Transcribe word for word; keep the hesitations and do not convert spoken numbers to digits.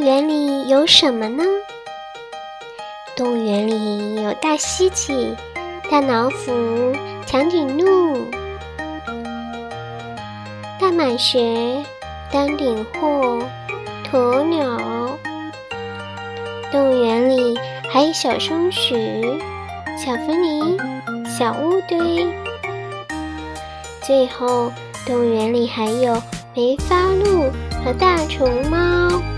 园里有什么呢？动物园里有大西瓜、大老虎、长颈鹿、大蟒蛇、丹顶鹤、鸵鸟。动物园里还有小松鼠、小森林、小乌堆。最后，动物园里还有梅花鹿和大熊猫。